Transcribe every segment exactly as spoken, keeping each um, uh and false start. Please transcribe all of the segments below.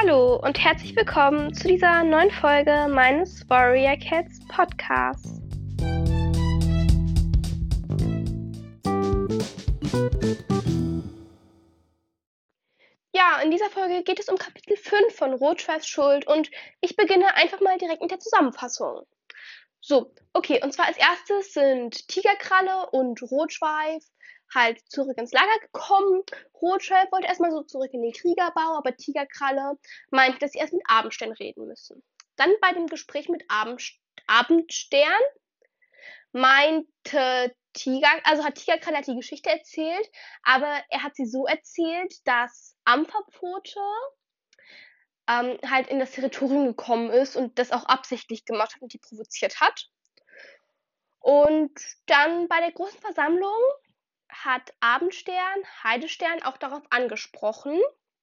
Hallo und herzlich willkommen zu dieser neuen Folge meines Warrior Cats Podcasts. Ja, in dieser Folge geht es um Kapitel fünf von Rotschweifs Schuld und ich beginne einfach mal direkt mit der Zusammenfassung. So, okay, und zwar als erstes sind Tigerkralle und Rotschweif halt zurück ins Lager gekommen. Rotschweif wollte erstmal so zurück in den Kriegerbau, aber Tigerkralle meinte, dass sie erst mit Abendstern reden müssen. Dann bei dem Gespräch mit Abend, Abendstern meinte Tiger, also hat Tigerkralle hat die Geschichte erzählt, aber er hat sie so erzählt, dass Ampferpfote ähm, halt in das Territorium gekommen ist und das auch absichtlich gemacht hat und die provoziert hat. Und dann bei der großen Versammlung hat Abendstern, Heidestern auch darauf angesprochen.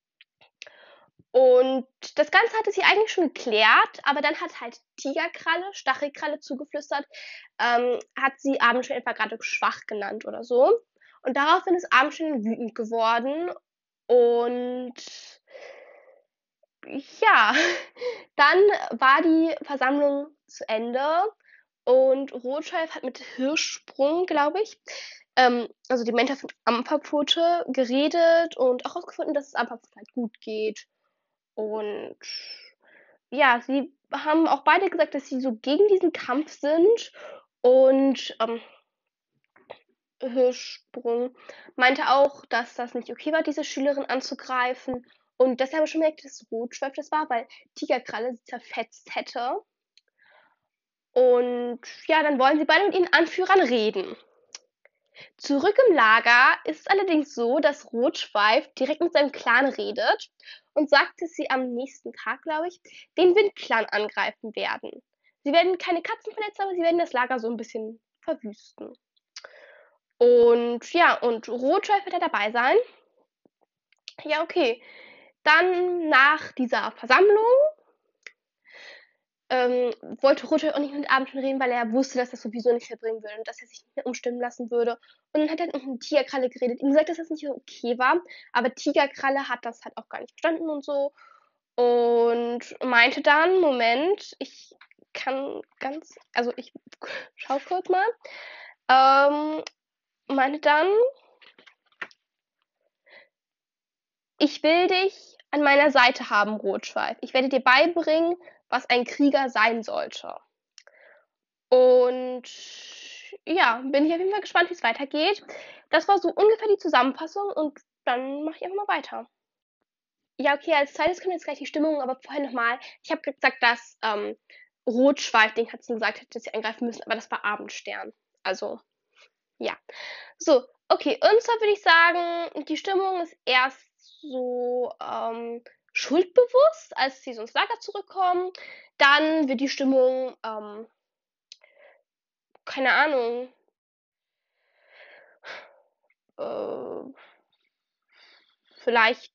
Und das Ganze hatte sie eigentlich schon geklärt, aber dann hat halt Tigerkralle, Stachelkralle zugeflüstert, ähm, hat sie Abendstern etwa gerade schwach genannt oder so. Und daraufhin ist Abendstern wütend geworden und ja, dann war die Versammlung zu Ende und Rotschweif hat mit Hirschsprung, glaube ich, ähm, also die Mentor von Ampferpfote, geredet und auch herausgefunden, dass es Ampferpfote halt gut geht. Und ja, sie haben auch beide gesagt, dass sie so gegen diesen Kampf sind. Und ähm, Hirschsprung meinte auch, dass das nicht okay war, diese Schülerin anzugreifen. Und dass er aber schon merkt, dass Rotschweif das war, weil Tigerkralle sie zerfetzt hätte. Und ja, dann wollen sie beide mit ihren Anführern reden. Zurück im Lager ist es allerdings so, dass Rotschweif direkt mit seinem Clan redet und sagt, dass sie am nächsten Tag, glaube ich, den Windclan angreifen werden. Sie werden keine Katzen verletzen, aber sie werden das Lager so ein bisschen verwüsten. Und ja, und Rotschweif wird ja dabei sein. Ja, okay. Dann nach dieser Versammlung ähm, wollte Rotschweif auch nicht mit Abendstern reden, weil er wusste, dass das sowieso nicht verbringen würde und dass er sich nicht mehr umstimmen lassen würde. Und dann hat er mit einem Tigerkralle geredet, ihm gesagt, dass das nicht okay war, aber Tigerkralle hat das halt auch gar nicht verstanden und so und meinte dann, Moment, ich kann ganz, also ich schau kurz mal, ähm, meinte dann, ich will dich an meiner Seite haben, Rotschweif. Ich werde dir beibringen, was ein Krieger sein sollte. Und ja, bin ich auf jeden Fall gespannt, wie es weitergeht. Das war so ungefähr die Zusammenfassung und dann mache ich einfach mal weiter. Ja, okay, als zweites kommt jetzt gleich die Stimmung, aber vorher nochmal. Ich habe gesagt, dass ähm, Rotschweif den Katzen gesagt hat, dass sie angreifen müssen, aber das war Abendstern. Also, ja. So, okay, und zwar würde ich sagen, die Stimmung ist erst so ähm, schuldbewusst, als sie so ins Lager zurückkommen. Dann wird die Stimmung, ähm, keine Ahnung, äh, vielleicht,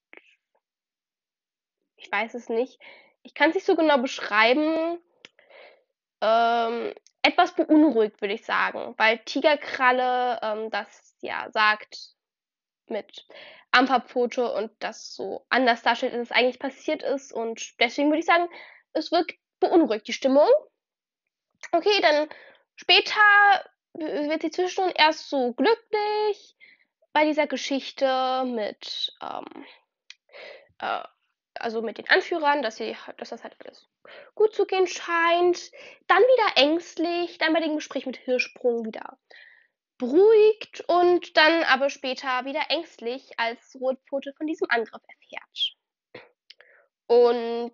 ich weiß es nicht. Ich kann es nicht so genau beschreiben. Ähm, etwas beunruhigt, würde ich sagen, weil Tigerkralle ähm, das ja sagt mit Ampferpfote und das so anders darstellt, als es eigentlich passiert ist. Und deswegen würde ich sagen, es wirkt beunruhigt, die Stimmung. Okay, dann später wird die Zwischenstunde erst so glücklich bei dieser Geschichte mit, ähm, äh, also mit den Anführern, dass sie, dass das halt alles gut zu gehen scheint. Dann wieder ängstlich, dann bei dem Gespräch mit Hirschsprung wieder beruhigt und dann aber später wieder ängstlich, als Rotpfote von diesem Angriff erfährt. Und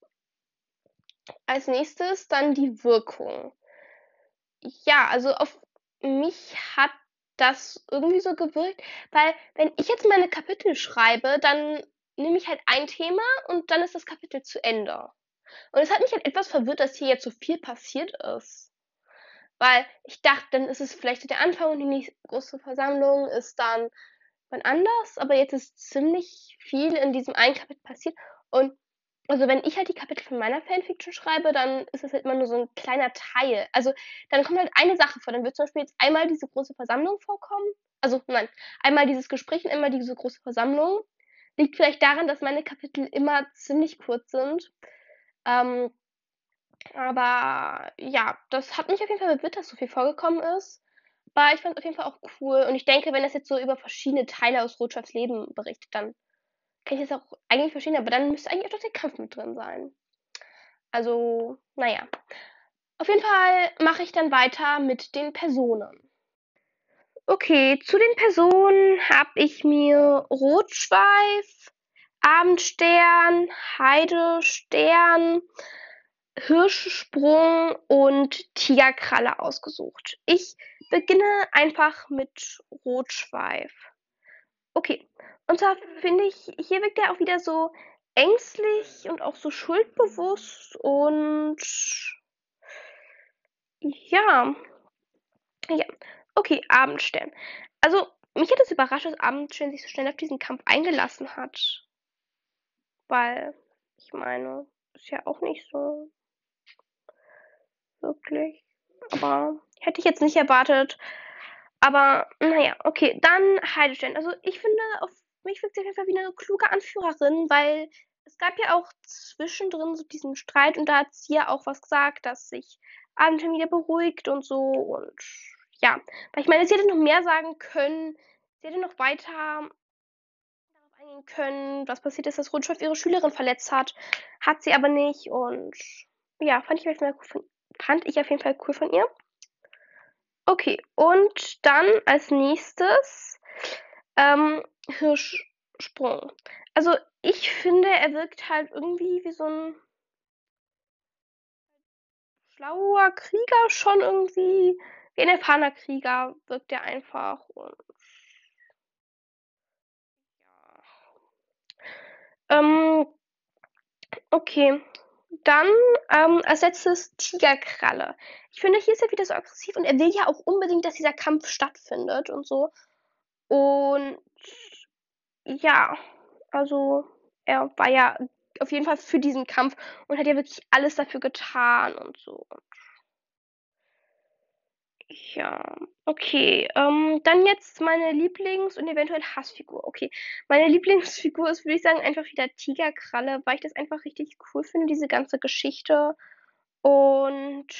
als nächstes dann die Wirkung. Ja, also auf mich hat das irgendwie so gewirkt, weil wenn ich jetzt meine Kapitel schreibe, dann nehme ich halt ein Thema und dann ist das Kapitel zu Ende. Und es hat mich halt etwas verwirrt, dass hier jetzt so viel passiert ist. Weil ich dachte, dann ist es vielleicht der Anfang und die nächste große Versammlung ist dann wann anders, aber jetzt ist ziemlich viel in diesem einen Kapitel passiert. Und also wenn ich halt die Kapitel von meiner Fanfiction schreibe, dann ist es halt immer nur so ein kleiner Teil. Also dann kommt halt eine Sache vor. Dann wird zum Beispiel jetzt einmal diese große Versammlung vorkommen. Also nein, einmal dieses Gespräch und einmal diese große Versammlung. Liegt vielleicht daran, dass meine Kapitel immer ziemlich kurz sind. Ähm, aber ja, das hat mich auf jeden Fall verwirrt, dass so viel vorgekommen ist. Aber ich fand es auf jeden Fall auch cool. Und ich denke, wenn das jetzt so über verschiedene Teile aus Rotschweifs Leben berichtet, dann kann ich das auch eigentlich verstehen, aber dann müsste eigentlich auch doch der Kampf mit drin sein. Also, naja. Auf jeden Fall mache ich dann weiter mit den Personen. Okay, zu den Personen habe ich mir Rotschweif, Abendstern, Heidestern, Hirschsprung und Tigerkralle ausgesucht. Ich beginne einfach mit Rotschweif. Okay, und zwar finde ich, hier wirkt er auch wieder so ängstlich und auch so schuldbewusst und ja, ja. Okay, Abendstern. Also, mich hat es überrascht, dass Abendstern sich so schnell auf diesen Kampf eingelassen hat. Weil, ich meine, ist ja auch nicht so wirklich. Aber hätte ich jetzt nicht erwartet. Aber naja, okay, dann Heidestern. Also ich finde, auf mich wirkt sie auf jeden Fall wie eine kluge Anführerin, weil es gab ja auch zwischendrin so diesen Streit und da hat sie ja auch was gesagt, dass sich Abenteuer wieder beruhigt und so und ja. Weil ich meine, sie hätte noch mehr sagen können, sie hätte noch weiter darauf eingehen können, was passiert ist, dass Rotschweif ihre Schülerin verletzt hat. Hat sie aber nicht und ja, fand ich auf jeden Fall cool von, fand ich auf jeden Fall cool von ihr. Okay, und dann als nächstes ähm, Hirschsprung. Also ich finde, er wirkt halt irgendwie wie so ein schlauer Krieger schon irgendwie. Wie ein erfahrener Krieger wirkt er einfach. Und ja. Ähm, okay. Dann ähm, als letztes Tigerkralle. Ich finde, hier ist er wieder so aggressiv und er will ja auch unbedingt, dass dieser Kampf stattfindet und so. Und ja, also er war ja auf jeden Fall für diesen Kampf und hat ja wirklich alles dafür getan und so. Ja, okay. Ähm, dann jetzt meine Lieblings- und eventuell Hassfigur. Okay, meine Lieblingsfigur ist, würde ich sagen, einfach wieder Tigerkralle, weil ich das einfach richtig cool finde, diese ganze Geschichte. Und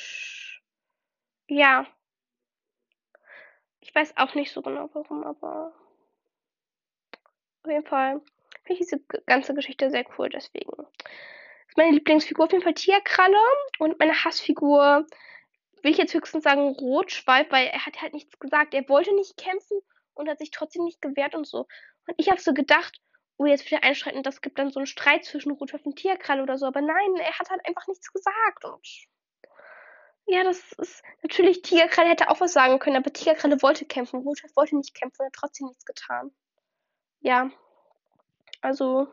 ja, ich weiß auch nicht so genau warum, aber auf jeden Fall finde ich diese ganze Geschichte sehr cool, deswegen ist meine Lieblingsfigur auf jeden Fall Tigerkralle und meine Hassfigur will ich jetzt höchstens sagen Rotschweif, weil er hat halt nichts gesagt. Er wollte nicht kämpfen und hat sich trotzdem nicht gewehrt und so. Und ich habe so gedacht, oh, jetzt wieder einschreiten, das gibt dann so einen Streit zwischen Rotschweif und Tigerkralle oder so. Aber nein, er hat halt einfach nichts gesagt. Und ja, das ist natürlich, Tigerkralle hätte auch was sagen können, aber Tigerkralle wollte kämpfen. Rotschweif wollte nicht kämpfen und hat trotzdem nichts getan. Ja, also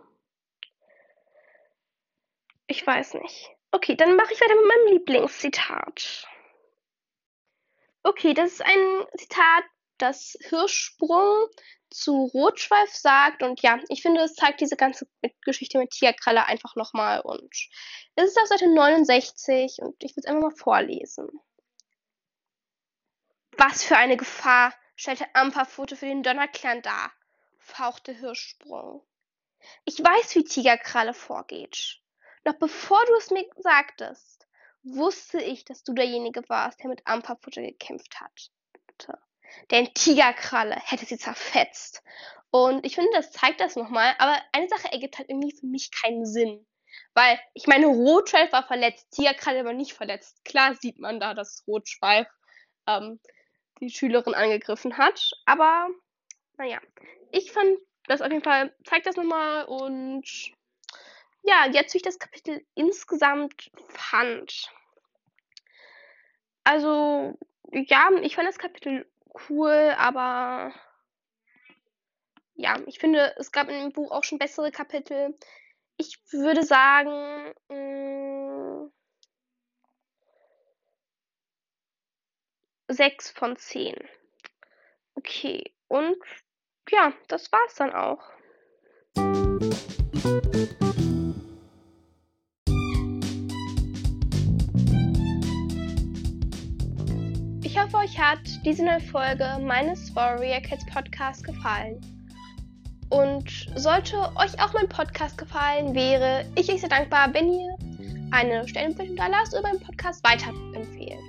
ich weiß nicht. Okay, dann mache ich weiter mit meinem Lieblingszitat. Okay, das ist ein Zitat, das Hirschsprung zu Rotschweif sagt. Und ja, ich finde, es zeigt diese ganze Geschichte mit Tigerkralle einfach nochmal. Und es ist auf Seite neunundsechzig und ich will es einfach mal vorlesen. Was für eine Gefahr stellte Ampferpfote für den Donnerclan dar, fauchte Hirschsprung. Ich weiß, wie Tigerkralle vorgeht. Noch bevor du es mir sagtest, wusste ich, dass du derjenige warst, der mit Ampferpfote gekämpft hat. Denn Tigerkralle hätte sie zerfetzt. Und ich finde, das zeigt das nochmal. Aber eine Sache ergibt halt irgendwie für mich keinen Sinn. Weil, ich meine, Rotschweif war verletzt, Tigerkralle war nicht verletzt. Klar sieht man da, dass Rotschweif ähm, die Schülerin angegriffen hat. Aber, naja, ich fand das auf jeden Fall, zeigt das nochmal. Und ja, jetzt wie ich das Kapitel insgesamt fand. Also, ja, ich fand das Kapitel cool, aber ja, ich finde, es gab in dem Buch auch schon bessere Kapitel. Ich würde sagen, mh, sechs von zehn. Okay, und ja, das war's dann auch. Ich hoffe, euch hat diese neue Folge meines Warrior Cats Podcast gefallen. Und sollte euch auch mein Podcast gefallen, wäre ich euch sehr dankbar, wenn ihr eine Stellenbewertung da lasst oder meinen Podcast weiterempfehlen.